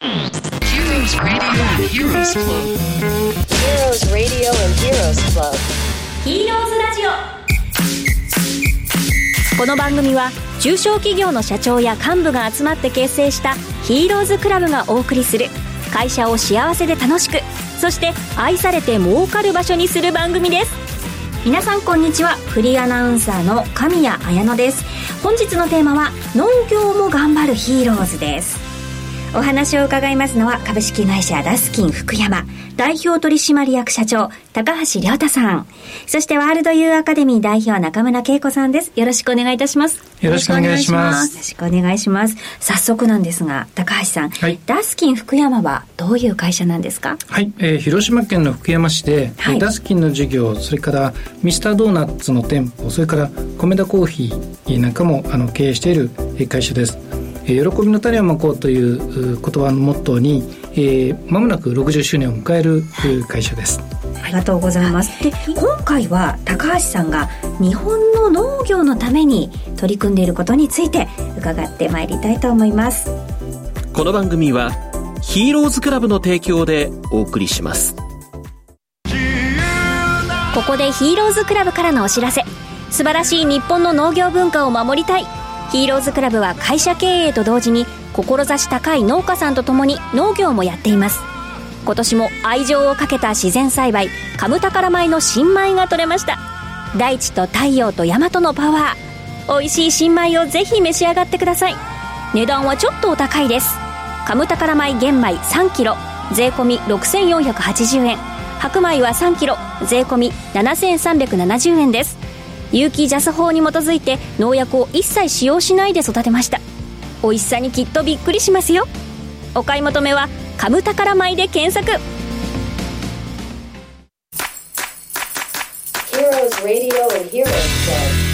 Heroes Radio and Heroes Club. Heroes Radio and Heroes Club. ヒーローズラジオ。この番組は中小企業の社長や幹部が集まって結成したヒーローズクラブがお送りする会社を幸せで楽しく、そして愛されて儲かる場所にする番組です。皆さんこんにちは。フリーアナウンサーの神谷彩乃です。本日のテーマは農業も頑張るヒーローズです。お話を伺いますのは株式会社ダスキン福山代表取締役社長高橋亮太さん、そしてワールドユーアカデミー代表中村恵子さんです。よろしくお願いいたします。 よろしくお願いします。 よろしくお願いします。早速なんですが高橋さん、はい、ダスキン福山はどういう会社なんですか？ はい、広島県の福山市で、はい、ダスキンの事業、それからミスタードーナツの店舗、それから米田コーヒーなんかも経営している会社です。喜びの種をまこうという言葉のモットーに、間もなく60周年を迎える会社です。 ありがとうございます。で、今回は高橋さんが日本の農業のために取り組んでいることについて伺ってまいりたいと思います。 この番組はヒーローズクラブの提供でお送りします。 ここでヒーローズクラブからのお知らせ。素晴らしい日本の農業文化を守りたい。ヒーローズクラブは会社経営と同時に志高い農家さんと共に農業もやっています。今年も愛情をかけた自然栽培カムタカラ米の新米が取れました。大地と太陽と大和のパワー、美味しい新米をぜひ召し上がってください。値段はちょっとお高いです。カムタカラ米玄米3キロ税込み6480円、白米は3キロ税込み7370円です。有機ジャス法に基づいて農薬を一切使用しないで育てました。美味しさにきっとびっくりしますよ。お買い求めはカムタカラ米で検索。 Heroes Radio and Heroes Club。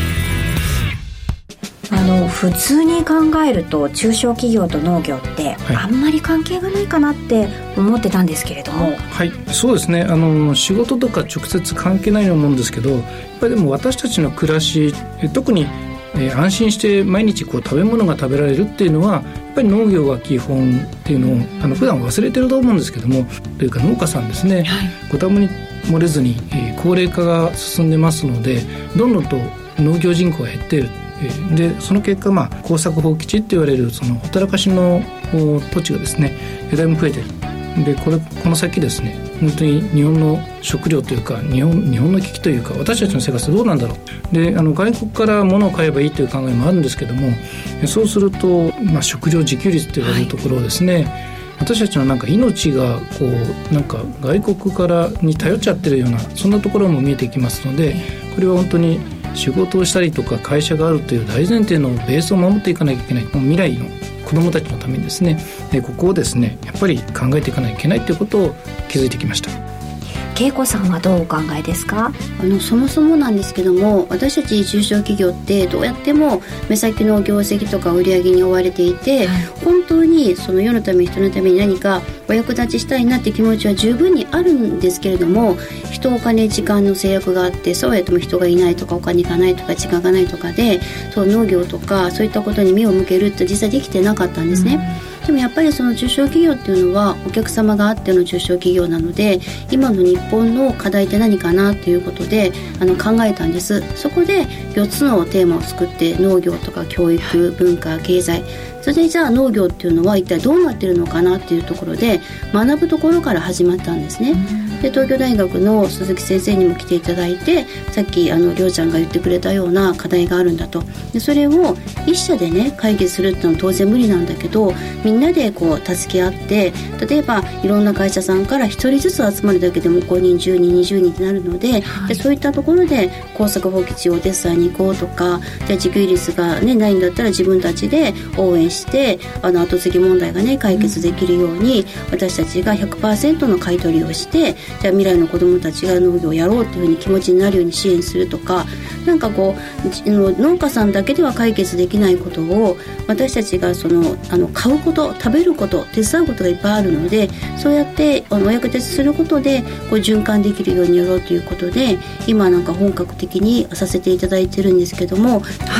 普通に考えると中小企業と農業ってあんまり関係がないかなって思ってたんですけれども、 はい、そうですね。仕事とか直接関係ないと思うんですけど、やっぱりでも私たちの暮らし、特に安心して毎日食べ物が食べられるっていうのはやっぱり農業が基本っていうのを普段忘れてると思うんですけども、というか農家さんですね、はい、ご多分に漏れずに、高齢化が進んでますので、どんどんと農業人口が減っている。でその結果、耕作放棄地って言われるそのほったらかしの土地がですねだいぶ増えている。でこの先ですね、本当に日本の食料というか日本の危機というか私たちの生活どうなんだろう。で外国から物を買えばいいという考えもあるんですけども、そうすると、食料自給率と言われるところをですね、はい、私たちの命が外国からに頼っちゃってるようなそんなところも見えてきますので、これは本当に仕事をしたりとか会社があるという大前提のベースを守っていかなきゃいけない。未来の子どもたちのためにですね、ここをですねやっぱり考えていかなきゃいけないということを気づいてきました。 恵子さんはどうお考えですか？ そもそもなんですけども、私たち中小企業ってどうやっても目先の業績とか売上に追われていて、はい、本当にその世のため人のために何かお役立ちしたいなって気持ちは十分にあるんですけれども、人、お金、時間の制約があって、そうやっても人がいないとかお金がないとか時間がないとかで、そう農業とかそういったことに目を向けるって実際できてなかったんですね。でもやっぱりその中小企業っていうのはお客様があっての中小企業なので、今の日本の課題って何かなということで考えたんです。そこで4つのテーマを作って、農業とか教育、文化、経済、それでじゃあ農業っていうのは一体どうなってるのかなっていうところで学ぶところから始まったんですね。で東京大学の鈴木先生にも来ていただいて、さっきりょうちゃんが言ってくれたような課題があるんだと。でそれを一社でね解決するっていうのは当然無理なんだけど、みんなで助け合って、例えばいろんな会社さんから1人ずつ集まるだけでも5人10人20人ってなるので、はい、でそういったところで耕作放棄地をお手伝いに行こうとか、じゃあ自給率が、ないんだったら自分たちで応援して後継ぎ問題が解決できるように、私たちが 100% の買い取りをして、じゃあ未来の子どもたちが農業をやろうというふうに気持ちになるように支援するとか、農家さんだけでは解決できないことを私たちが買うこと、食べること、手伝うことがいっぱいあるので、そうやってお役立ちすることで循環できるようにやろうということで、今本格的にさせていただいてるんですけども、 はい、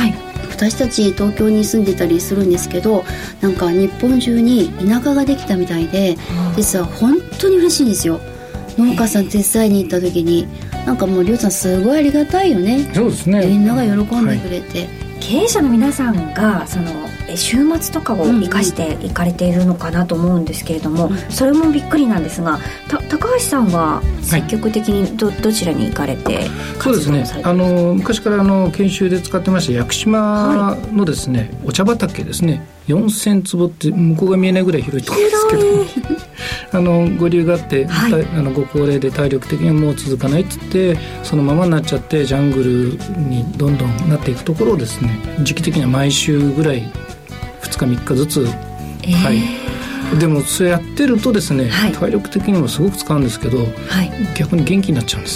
私たち東京に住んでたりするんですけど、なんか日本中に田舎ができたみたいで、実は本当に嬉しいんですよ。農家さん手伝いに行った時に、なんかもうりょうさんすごいありがたいよね。 そうですね、 みんなが喜んでくれて、 経営者の皆さんがその週末とかを生かしていかれているのかなと思うんですけれども、それもびっくりなんですが、高橋さんは積極的にどちらに行かれて活動されてますか？ そうですね、昔から研修で使ってました屋久島のですね、お茶畑ですね、4000坪って向こうが見えないぐらい広いところですけどご理由があって、ご高齢で体力的にもう続かないって言ってそのままになっちゃって、ジャングルにどんどんなっていくところをですね、時期的には毎週ぐらい2日3日ずつ、でもそれやってるとですね、体力的にもすごく使うんですけど、逆に元気になっちゃうんです。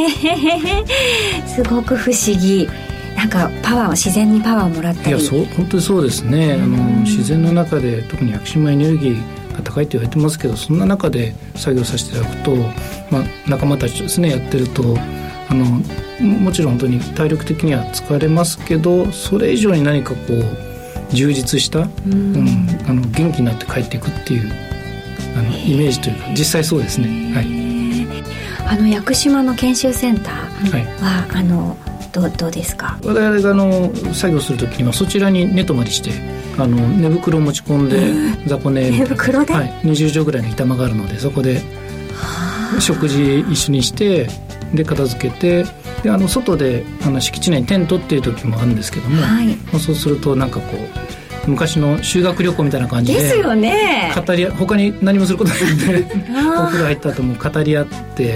すごく不思議。なんかパワー、自然にパワーをもらったり。 本当にそうですね。自然の中で特に屋久島エネルギーが高いと言われてますけど、そんな中で作業させていただくと、仲間たちとですねやってると、もちろん本当に体力的には疲れますけど、それ以上に何かこう充実した、元気になって帰っていくっていうイメージというか、実際そうですね。 屋久島の研修センターは、どうですか？ 我々が作業するときにはそちらに寝泊まりして、寝袋を持ち込んで、雑魚寝、 寝袋で、 20畳ぐらいの板間があるので、そこで食事一緒にしてで片付けて、で外で敷地内にテントっていう時もあるんですけども、そうするとなんかこう昔の修学旅行みたいな感じでですよね。 他に何もすることないのでお風呂入った後も語り合って、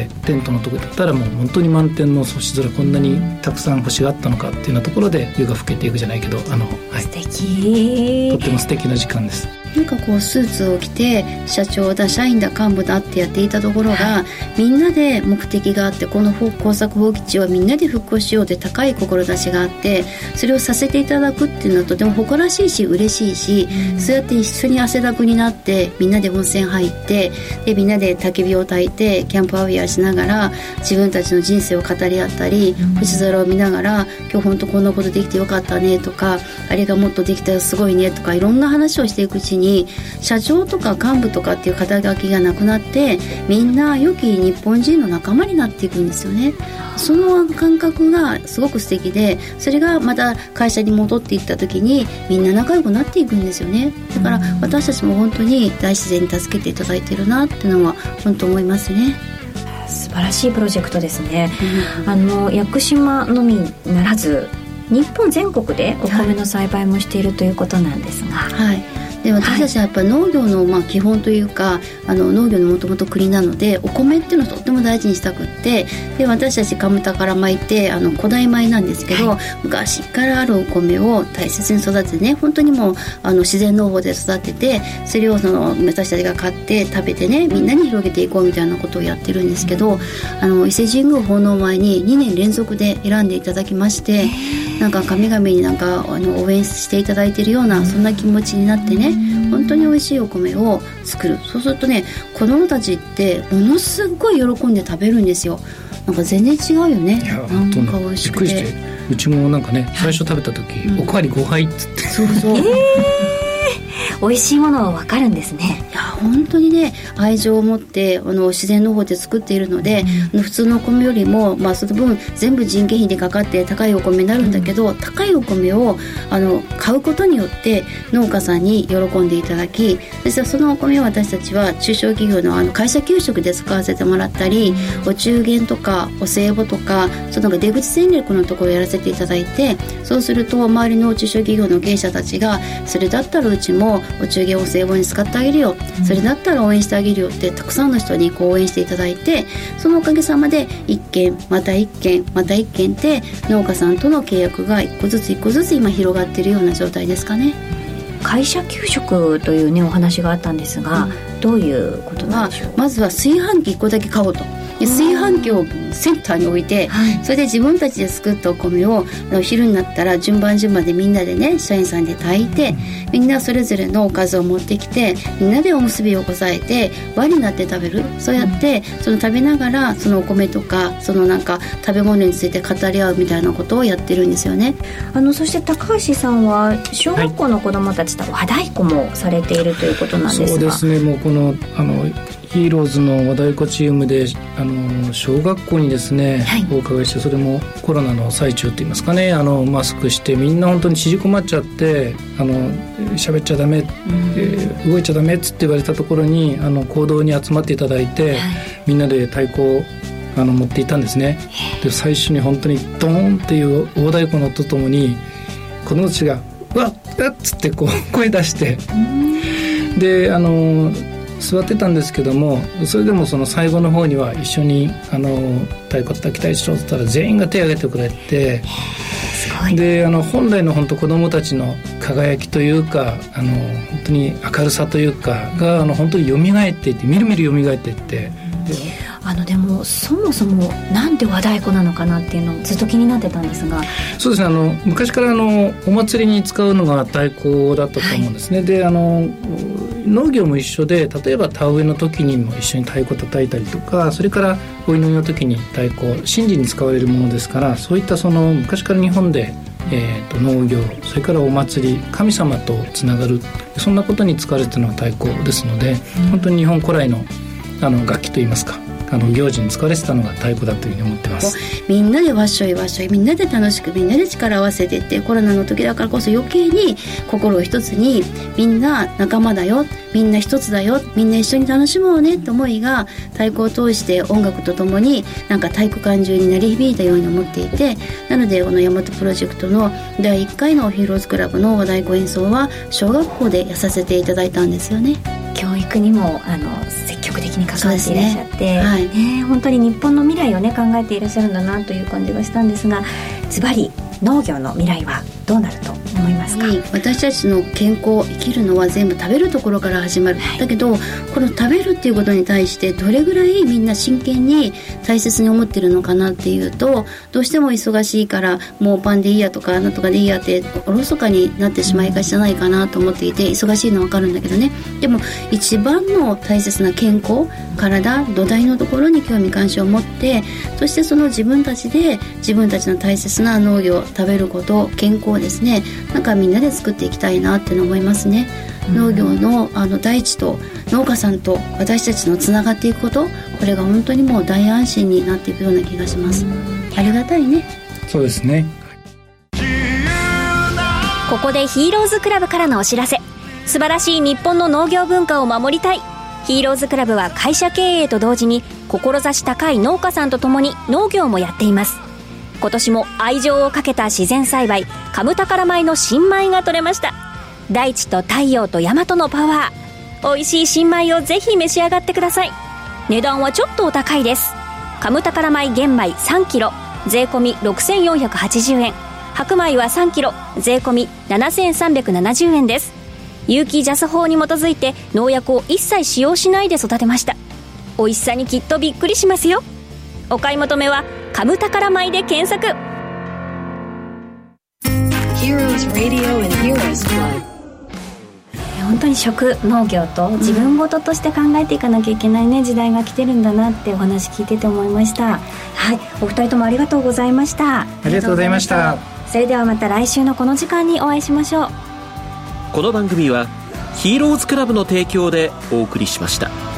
テントのとこだったらもう本当に満天の星空、こんなにたくさん星があったのかっていうようなところで夜が更けていくじゃないけど、素敵、とっても素敵な時間です。 なんかこうスーツを着て社長だ社員だ幹部だってやっていたところが、みんなで目的があって、この耕作放棄地はみんなで復興しようで高い志があって、それをさせていただくっていうのはとても誇らしいし嬉しいし、そうやって一緒に汗だくになってみんなで温泉入って、でみんなで焚き火を焚いてキャンプアウェアしながら自分たちの人生を語り合ったり、星空を見ながら今日本当こんなことできてよかったねとか、あれがもっとできたらすごいねとか、いろんな話をしていくうちに社長とか幹部とかっていう肩書きがなくなって、みんな良き日本人の仲間になっていくんですよね。その感覚がすごく素敵で、それがまた会社に戻っていった時にみんな仲良くなっていくんですよね。だから私たちも本当に大自然に助けていただいているなっていうのは本当思いますね。 素晴らしいプロジェクトですね。屋久島のみならず日本全国でお米の栽培もしているということなんですが、 で私たちはやっぱ農業の基本というか、農業のもともと国なのでお米っていうのをとっても大事にしたくって、で私たちカムタから巻いて古代米なんですけど、昔からあるお米を大切に育ててね、本当にもう自然農法で育てて、それを私たちが買って食べてね、みんなに広げていこうみたいなことをやってるんですけど、伊勢神宮奉納前に2年連続で選んでいただきまして、なんか神々になんか応援していただいているような、そんな気持ちになってね、本当に美味しいお米を作る。そうするとね、子供たちってものすごい喜んで食べるんですよ。なんか全然違うよね。なんか美味しくて、びっくりして、 うちもなんかね、最初食べた時、おかわり5杯っつって、 美味しいものは分かるんですね。 いや本当にね、愛情を持って自然農法で作っているので、普通のお米よりも、その分全部人件費でかかって高いお米になるんだけど、高いお米を買うことによって農家さんに喜んでいただき、そのお米を私たちは中小企業の会社給食で使わせてもらったり、お中元とかお歳暮とか、その出口戦略のところをやらせていただいて、そうすると周りの中小企業の経営者たちが、それだったらうちもお中元お歳暮に使ってあげるよ、それだったら応援してあげるよってたくさんの人に応援していただいて、そのおかげさまで1件また1件また1件って農家さんとの契約が1個ずつ1個ずつ今広がっているような状態ですかね。 会社給食というねお話があったんですが、どういうことなんでしょう。 まずは炊飯器1個だけ買おうと。 で炊飯器をセンターに置いて、それで自分たちで作ったお米を昼になったら順番でみんなでね社員さんで炊いて、みんなそれぞれのおかずを持ってきてみんなでおむすびをこさえて輪になって食べる。そうやってその食べながらそのお米とかそのなんか食べ物について語り合うみたいなことをやってるんですよね。 そして高橋さんは小学校の子どもたちと和太鼓もされているということなんですが、 そうですね。もうこのヒーローズの和太鼓チームで小学校にですね、お伺いして、それもコロナの最中といいますかね、マスクしてみんな本当に縮こまっちゃって喋っちゃダメ、動いちゃダメっつって言われたところに講堂に集まっていただいて、みんなで太鼓を持っていたんですね。で最初に本当にドーンっていう大太鼓の音とともに子供たちがうわっっつってこう声出して、で座ってたんですけども、それでもその最後の方には一緒に太鼓叩きたい人って言ったら全員が手を挙げてくれて、で本来の本当子どもたちの輝きというか本当に明るさというかが本当に蘇っていってみるみる蘇っていって、 でもそもそもなんで和太鼓なのかなっていうのをずっと気になってたんですが、 そうですね、昔からお祭りに使うのが太鼓だったと思うんですね。で農業も一緒で、例えば田植えの時にも一緒に太鼓叩いたりとか、それからお祈りの時に太鼓神事に使われるものですから、そういった昔から日本で農業、それからお祭り、神様とつながる、そんなことに使われているのは太鼓ですので、本当に日本古来の楽器といいますか行事に使われてたのが太鼓だというふうに思ってます。 みんなでわっしょいわっしょい、みんなで楽しく、みんなで力を合わせていって、コロナの時だからこそ余計に心を一つに、みんな仲間だよ、みんな一つだよ、みんな一緒に楽しもうねって思いが太鼓を通して音楽とともになんか太鼓感中に鳴り響いたように思っていて、なのでこの大和プロジェクトの第1回のヒーローズクラブの和太鼓演奏は小学校でやさせていただいたんですよね。 教育にも積極的に関わっていらっしゃって、本当に日本の未来をね考えていらっしゃるんだなという感じがしたんですが、ズバリ農業の未来はどうなると思いますか？ 私たちの健康、生きるのは全部食べるところから始まる、だけどこの食べるっていうことに対してどれぐらいみんな真剣に大切に思ってるのかなっていうと、どうしても忙しいからもうパンでいいやとかなんとかでいいやっておろそかになってしまいがちじゃないかなと思っていて、忙しいのは分かるんだけどね、でも一番の大切な健康、体、土台のところに興味関心を持って、そしてその自分たちで自分たちの大切な農業、食べること、健康ですね、なんかみんなで作っていきたいなって思いますね。農業の大地と農家さんと私たちのつながっていくこと、これが本当にもう大安心になっていくような気がします。ありがたいね。 そうですね。 ここでヒーローズクラブからのお知らせ。素晴らしい日本の農業文化を守りたい。ヒーローズクラブは会社経営と同時に志高い農家さんと共に農業もやっています。今年も愛情をかけた自然栽培カム宝米の新米が取れました。大地と太陽と大和のパワー、美味しい新米をぜひ召し上がってください。値段はちょっとお高いです。カム宝米玄米3キロ税込み6480円、白米は3キロ税込み7370円です。有機ジャス法に基づいて農薬を一切使用しないで育てました。美味しさにきっとびっくりしますよ。お買い求めはカム宝米で検索。 Heroes Radio and Heroes Club。 本当に食、農業と自分事として考えていかなきゃいけないね、時代が来てるんだなってお話聞いてて思いました。はい、お二人ともありがとうございました。 ありがとうございました。 それではまた来週のこの時間にお会いしましょう。 この番組はヒーローズクラブの提供でお送りしました。